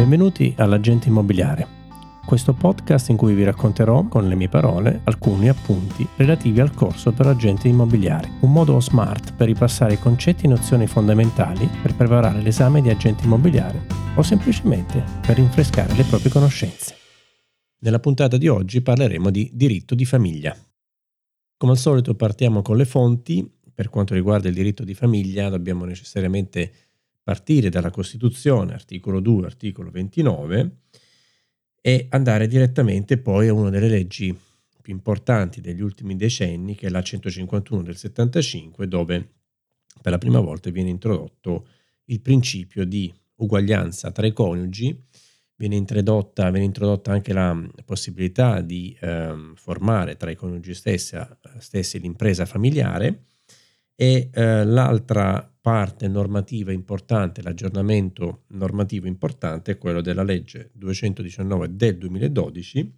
Benvenuti all'Agente Immobiliare, questo podcast in cui vi racconterò con le mie parole alcuni appunti relativi al corso per agenti immobiliari, un modo smart per ripassare i concetti e nozioni fondamentali per preparare l'esame di agente immobiliare o semplicemente per rinfrescare le proprie conoscenze. Nella puntata di oggi parleremo di diritto di famiglia. Come al solito partiamo con le fonti. Per quanto riguarda il diritto di famiglia dobbiamo necessariamente partire dalla Costituzione, articolo 2, articolo 29, e andare direttamente poi a una delle leggi più importanti degli ultimi decenni, che è la 151 del 75, dove per la prima volta viene introdotto il principio di uguaglianza tra i coniugi. Viene introdotta anche la possibilità di formare tra i coniugi stessi l'impresa familiare, e l'altra parte normativa importante, l'aggiornamento normativo importante, è quello della legge 219 del 2012,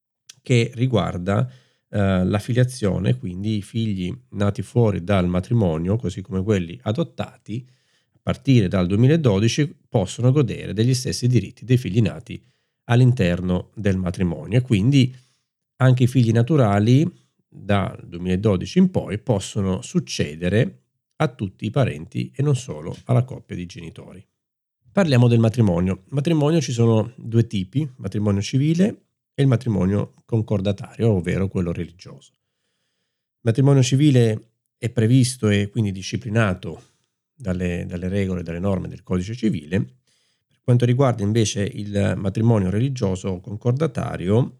che riguarda la filiazione, quindi i figli nati fuori dal matrimonio, così come quelli adottati, a partire dal 2012 possono godere degli stessi diritti dei figli nati all'interno del matrimonio, e quindi anche i figli naturali dal 2012 in poi possono succedere a tutti i parenti e non solo alla coppia di genitori. Parliamo del matrimonio. Matrimonio ci sono due tipi: matrimonio civile e il matrimonio concordatario, ovvero quello religioso. Il matrimonio civile è previsto e quindi disciplinato dalle regole, dalle norme del codice civile. Per quanto riguarda invece il matrimonio religioso o concordatario,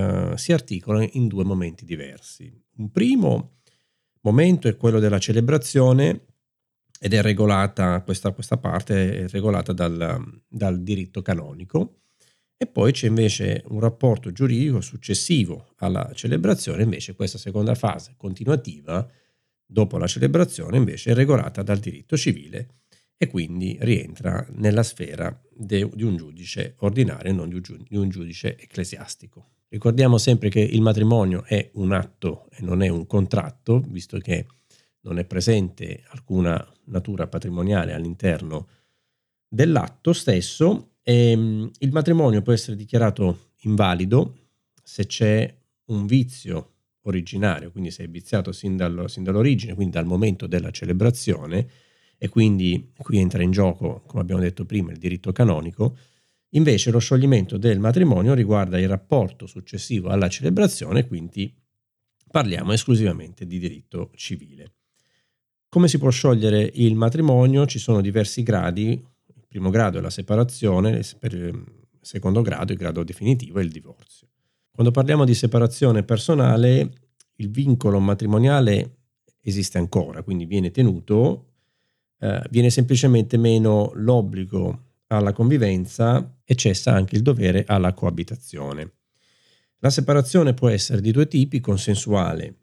si articola in due momenti diversi. Un primo momento è quello della celebrazione, ed è regolata, questa parte è regolata dal diritto canonico, e poi c'è invece un rapporto giuridico successivo alla celebrazione. Invece questa seconda fase continuativa dopo la celebrazione invece è regolata dal diritto civile e quindi rientra nella sfera di un giudice ordinario e non di un giudice ecclesiastico. Ricordiamo sempre che il matrimonio è un atto e non è un contratto, visto che non è presente alcuna natura patrimoniale all'interno dell'atto stesso. Il matrimonio può essere dichiarato invalido se c'è un vizio originario, quindi se è viziato sin dall'origine, quindi dal momento della celebrazione, e quindi qui entra in gioco, come abbiamo detto prima, il diritto canonico. Invece lo scioglimento del matrimonio riguarda il rapporto successivo alla celebrazione, quindi parliamo esclusivamente di diritto civile. Come si può sciogliere il matrimonio? Ci sono diversi gradi. Il primo grado è la separazione, il secondo grado, il grado definitivo, è il divorzio. Quando parliamo di separazione personale, il vincolo matrimoniale esiste ancora, quindi viene tenuto, viene semplicemente meno l'obbligo alla convivenza e cessa anche il dovere alla coabitazione. La separazione può essere di due tipi: consensuale,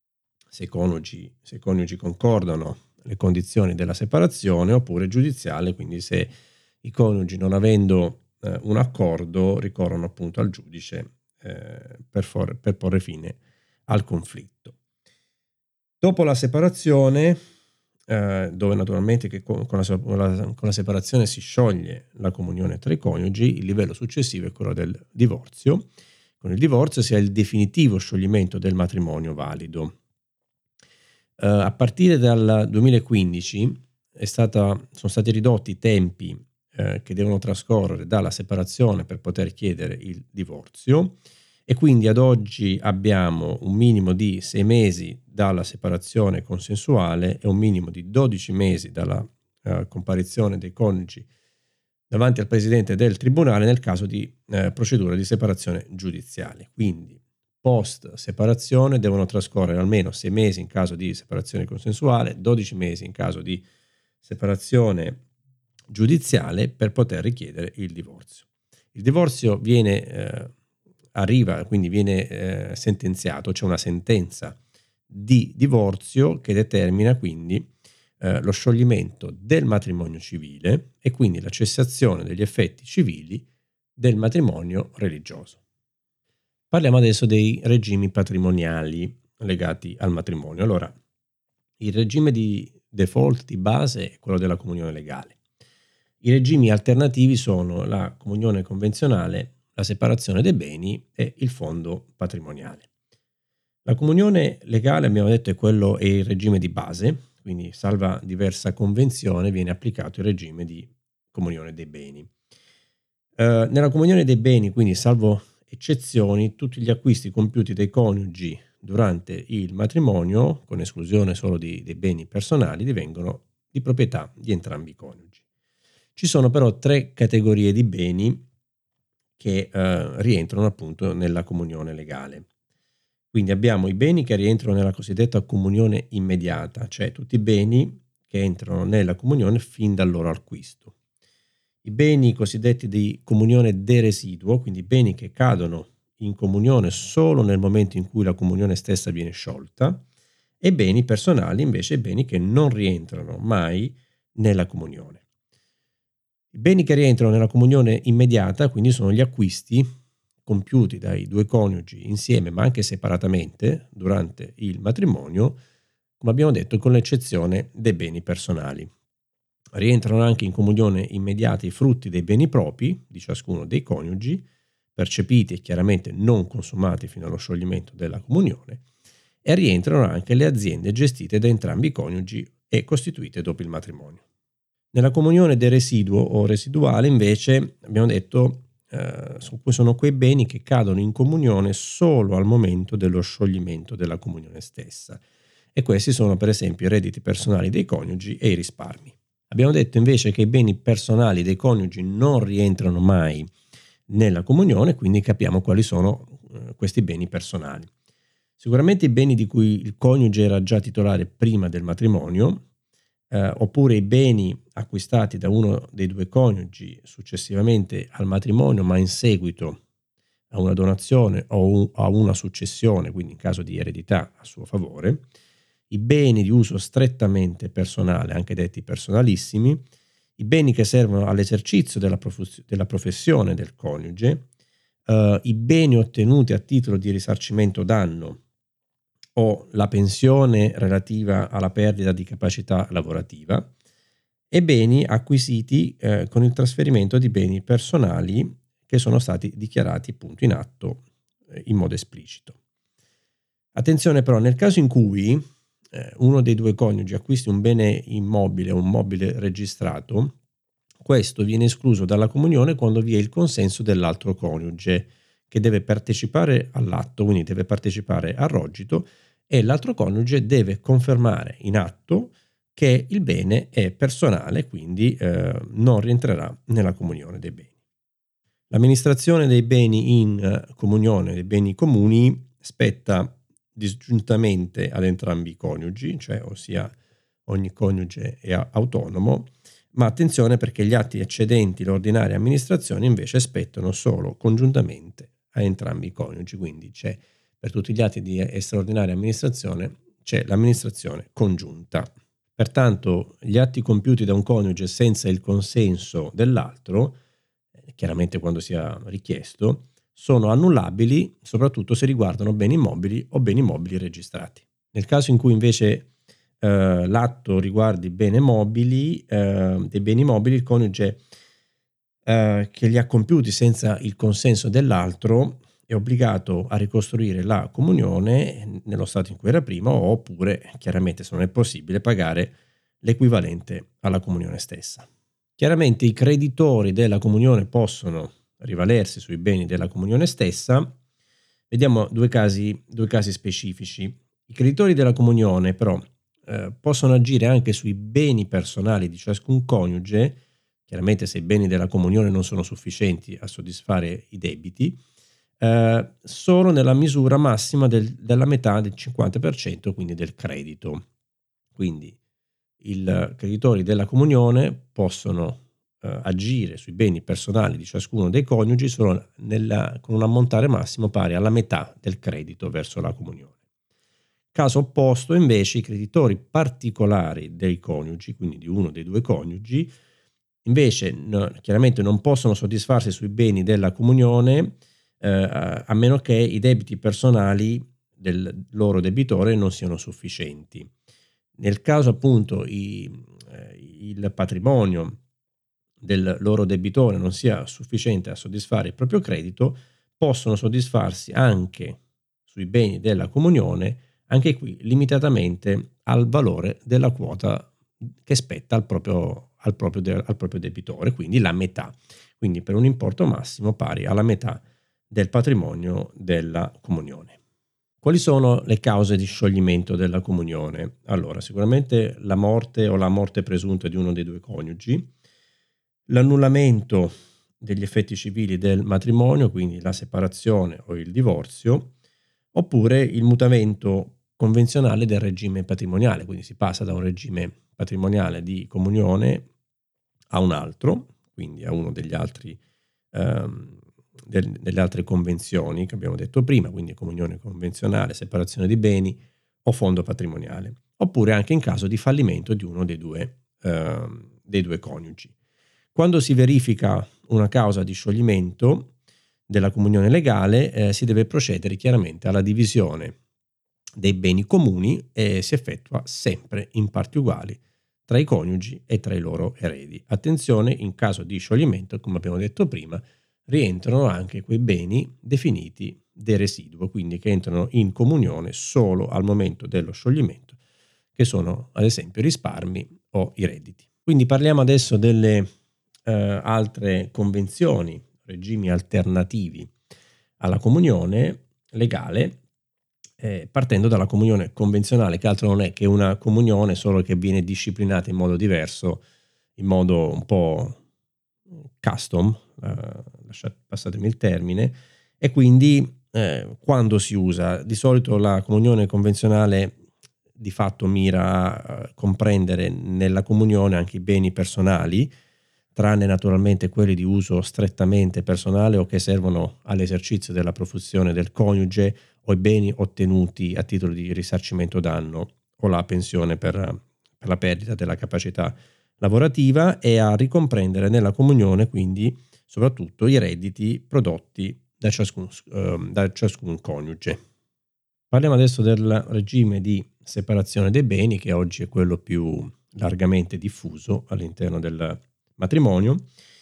se i coniugi concordano le condizioni della separazione, oppure giudiziale, quindi se i coniugi, non avendo un accordo, ricorrono appunto al giudice per porre fine al conflitto. Dopo la separazione, dove naturalmente con la separazione si scioglie la comunione tra i coniugi, il livello successivo è quello del divorzio. Con il divorzio si ha il definitivo scioglimento del matrimonio valido. A partire dal 2015 sono stati ridotti i tempi che devono trascorrere dalla separazione per poter chiedere il divorzio, e quindi ad oggi abbiamo un minimo di 6 mesi dalla separazione consensuale e un minimo di 12 mesi dalla comparizione dei coniugi davanti al presidente del tribunale nel caso di procedura di separazione giudiziale. Quindi post separazione devono trascorrere almeno 6 mesi in caso di separazione consensuale, 12 mesi in caso di separazione giudiziale per poter richiedere il divorzio. Il divorzio viene sentenziato, c'è una sentenza di divorzio che determina quindi lo scioglimento del matrimonio civile e quindi la cessazione degli effetti civili del matrimonio religioso. Parliamo adesso dei regimi patrimoniali legati al matrimonio. Allora, il regime di default di base è quello della comunione legale. I regimi alternativi sono la comunione convenzionale, la separazione dei beni e il fondo patrimoniale. La comunione legale, abbiamo detto, è il regime di base, quindi salva diversa convenzione viene applicato il regime di comunione dei beni. Nella comunione dei beni, quindi salvo eccezioni, tutti gli acquisti compiuti dai coniugi durante il matrimonio, con esclusione solo dei beni personali, divengono di proprietà di entrambi i coniugi. Ci sono però 3 categorie di beni che rientrano appunto nella comunione legale. Quindi abbiamo i beni che rientrano nella cosiddetta comunione immediata, cioè tutti i beni che entrano nella comunione fin dal loro acquisto. I beni cosiddetti di comunione de residuo, quindi beni che cadono in comunione solo nel momento in cui la comunione stessa viene sciolta, e beni personali invece beni che non rientrano mai nella comunione. I beni che rientrano nella comunione immediata, quindi sono gli acquisti compiuti dai 2 coniugi insieme ma anche separatamente durante il matrimonio, come abbiamo detto, con l'eccezione dei beni personali. Rientrano anche in comunione immediata i frutti dei beni propri di ciascuno dei coniugi, percepiti e chiaramente non consumati fino allo scioglimento della comunione, e rientrano anche le aziende gestite da entrambi i coniugi e costituite dopo il matrimonio. Nella comunione del residuo o residuale, invece, abbiamo detto, sono quei beni che cadono in comunione solo al momento dello scioglimento della comunione stessa. E questi sono, per esempio, i redditi personali dei coniugi e i risparmi. Abbiamo detto invece che i beni personali dei coniugi non rientrano mai nella comunione, quindi capiamo quali sono questi beni personali. Sicuramente i beni di cui il coniuge era già titolare prima del matrimonio, oppure i beni acquistati da uno dei 2 coniugi successivamente al matrimonio, ma in seguito a una donazione o a una successione, quindi in caso di eredità a suo favore, i beni di uso strettamente personale, anche detti personalissimi, i beni che servono all'esercizio della professione del coniuge, i beni ottenuti a titolo di risarcimento danno o la pensione relativa alla perdita di capacità lavorativa, e beni acquisiti con il trasferimento di beni personali che sono stati dichiarati appunto in atto in modo esplicito. Attenzione però, nel caso in cui uno dei 2 coniugi acquisti un bene immobile o un mobile registrato, questo viene escluso dalla comunione quando vi è il consenso dell'altro coniuge, che deve partecipare all'atto, quindi deve partecipare al rogito, e l'altro coniuge deve confermare in atto che il bene è personale, quindi non rientrerà nella comunione dei beni. L'amministrazione dei beni in comunione, dei beni comuni, spetta disgiuntamente ad entrambi i coniugi, cioè ossia ogni coniuge è autonomo, ma attenzione perché gli atti eccedenti l'ordinaria amministrazione invece spettano solo congiuntamente a entrambi i coniugi, quindi c'è per tutti gli atti di straordinaria amministrazione c'è l'amministrazione congiunta. Pertanto gli atti compiuti da un coniuge senza il consenso dell'altro, chiaramente quando sia richiesto, sono annullabili soprattutto se riguardano beni immobili o beni mobili registrati. Nel caso in cui invece l'atto riguardi dei beni mobili, il coniuge che li ha compiuti senza il consenso dell'altro è obbligato a ricostruire la comunione nello stato in cui era prima, oppure, chiaramente se non è possibile, pagare l'equivalente alla comunione stessa. Chiaramente i creditori della comunione possono rivalersi sui beni della comunione stessa. Vediamo due casi specifici. I creditori della comunione però possono agire anche sui beni personali di ciascun coniuge, chiaramente se i beni della comunione non sono sufficienti a soddisfare i debiti, solo nella misura massima della metà del 50%, quindi del credito. Quindi i creditori della comunione possono agire sui beni personali di ciascuno dei coniugi solo con un ammontare massimo pari alla metà del credito verso la comunione. Caso opposto, invece, i creditori particolari dei coniugi, quindi di uno dei 2 coniugi, invece chiaramente non possono soddisfarsi sui beni della comunione a meno che i debiti personali del loro debitore non siano sufficienti. Nel caso appunto il patrimonio del loro debitore non sia sufficiente a soddisfare il proprio credito, possono soddisfarsi anche sui beni della comunione, anche qui limitatamente al valore della quota che spetta al proprio debitore, quindi la metà, quindi per un importo massimo pari alla metà del patrimonio della comunione. Quali sono le cause di scioglimento della comunione? Allora, sicuramente la morte o la morte presunta di uno dei due coniugi, l'annullamento degli effetti civili del matrimonio, quindi la separazione o il divorzio, oppure il mutamento convenzionale del regime patrimoniale, quindi si passa da un regime patrimoniale di comunione a un altro, quindi a uno degli altri delle altre convenzioni che abbiamo detto prima, quindi comunione convenzionale, separazione di beni o fondo patrimoniale, oppure anche in caso di fallimento di uno dei due coniugi. Quando si verifica una causa di scioglimento della comunione legale, si deve procedere chiaramente alla divisione dei beni comuni e si effettua sempre in parti uguali tra i coniugi e tra i loro eredi. Attenzione, in caso di scioglimento, come abbiamo detto prima, rientrano anche quei beni definiti de residuo, quindi che entrano in comunione solo al momento dello scioglimento, che sono ad esempio i risparmi o i redditi. Quindi parliamo adesso delle altre convenzioni, regimi alternativi alla comunione legale, partendo dalla comunione convenzionale, che altro non è che una comunione solo che viene disciplinata in modo diverso, in modo un po' custom, passatemi il termine, e quindi quando si usa? Di solito la comunione convenzionale di fatto mira a comprendere nella comunione anche i beni personali, tranne naturalmente quelli di uso strettamente personale o che servono all'esercizio della professione del coniuge, o i beni ottenuti a titolo di risarcimento danno o la pensione per la perdita della capacità lavorativa, e a ricomprendere nella comunione quindi soprattutto i redditi prodotti da ciascun coniuge. Parliamo adesso del regime di separazione dei beni, che oggi è quello più largamente diffuso all'interno del matrimonio.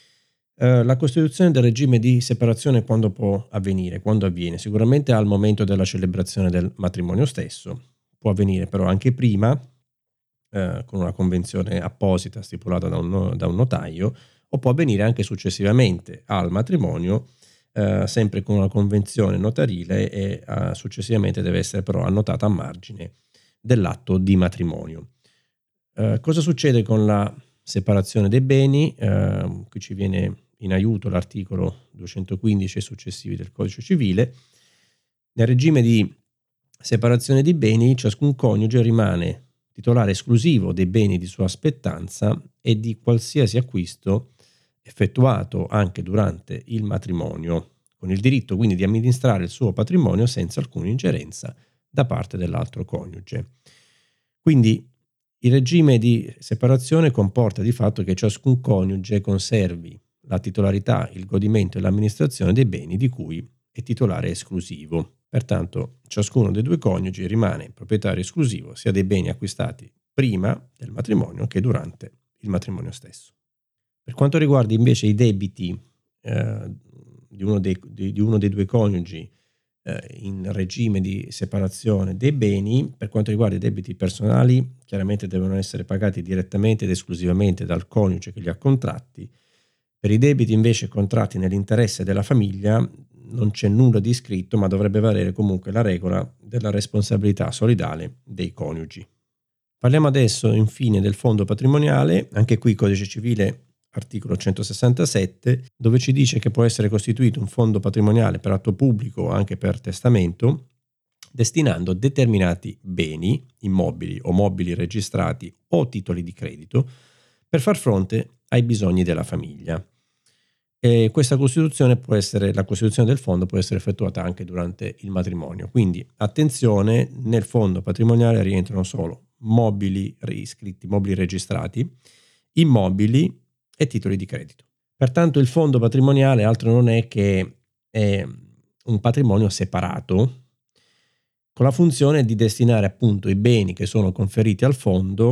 La costituzione del regime di separazione quando può avvenire? Quando avviene? Sicuramente al momento della celebrazione del matrimonio stesso, può avvenire però anche prima, con una convenzione apposita stipulata da un notaio, o può avvenire anche successivamente al matrimonio, sempre con una convenzione notarile, e successivamente deve essere però annotata a margine dell'atto di matrimonio. Cosa succede con la separazione dei beni? Qui ci viene in aiuto l'articolo 215 e successivi del Codice Civile. Nel regime di separazione dei beni, ciascun coniuge rimane titolare esclusivo dei beni di sua spettanza e di qualsiasi acquisto effettuato anche durante il matrimonio, con il diritto quindi di amministrare il suo patrimonio senza alcuna ingerenza da parte dell'altro coniuge. Quindi il regime di separazione comporta di fatto che ciascun coniuge conservi la titolarità, il godimento e l'amministrazione dei beni di cui è titolare esclusivo. Pertanto ciascuno dei due coniugi rimane proprietario esclusivo sia dei beni acquistati prima del matrimonio che durante il matrimonio stesso. Per quanto riguarda invece i debiti di uno dei due coniugi in regime di separazione dei beni, per quanto riguarda i debiti personali, chiaramente devono essere pagati direttamente ed esclusivamente dal coniuge che li ha contratti. Per i debiti invece contratti nell'interesse della famiglia non c'è nulla di scritto, ma dovrebbe valere comunque la regola della responsabilità solidale dei coniugi. Parliamo adesso infine del fondo patrimoniale. Anche qui Codice Civile, articolo 167, dove ci dice che può essere costituito un fondo patrimoniale per atto pubblico o anche per testamento, destinando determinati beni, immobili o mobili registrati o titoli di credito, per far fronte ai bisogni della famiglia. E questa costituzione la costituzione del fondo può essere effettuata anche durante il matrimonio. Quindi attenzione, nel fondo patrimoniale rientrano solo mobili iscritti, mobili registrati, immobili e titoli di credito. Pertanto il fondo patrimoniale altro non è che un patrimonio separato, con la funzione di destinare appunto i beni che sono conferiti al fondo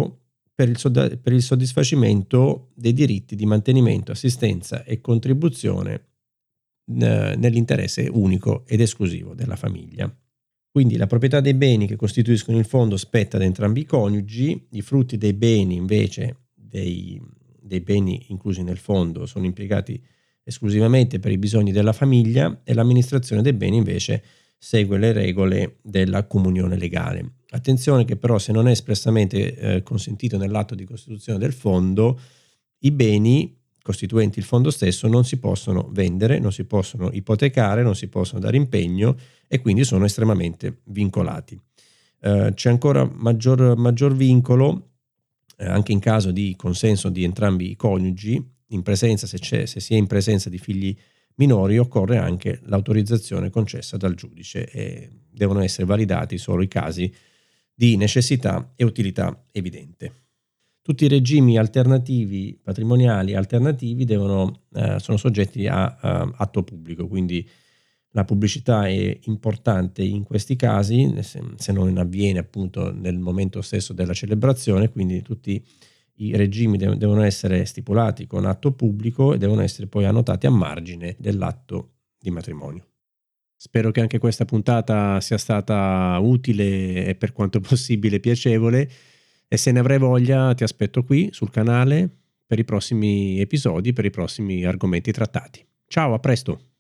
per il soddisfacimento dei diritti di mantenimento, assistenza e contribuzione nell'interesse unico ed esclusivo della famiglia. Quindi la proprietà dei beni che costituiscono il fondo spetta ad entrambi i coniugi, i frutti dei beni invece dei beni inclusi nel fondo sono impiegati esclusivamente per i bisogni della famiglia e l'amministrazione dei beni invece segue le regole della comunione legale. Attenzione che però se non è espressamente consentito nell'atto di costituzione del fondo, i beni costituenti il fondo stesso non si possono vendere, non si possono ipotecare, non si possono dare impegno e quindi sono estremamente vincolati. C'è ancora maggior vincolo anche in caso di consenso di entrambi i coniugi, in presenza, se si è in presenza di figli minori, occorre anche l'autorizzazione concessa dal giudice e devono essere validati solo i casi di necessità e utilità evidente. Tutti i regimi alternativi, patrimoniali alternativi, sono soggetti a atto pubblico, quindi la pubblicità è importante in questi casi, se non avviene appunto nel momento stesso della celebrazione, quindi tutti i regimi devono essere stipulati con atto pubblico e devono essere poi annotati a margine dell'atto di matrimonio. Spero che anche questa puntata sia stata utile e per quanto possibile piacevole, e se ne avrai voglia ti aspetto qui sul canale per i prossimi episodi, per i prossimi argomenti trattati. Ciao, a presto!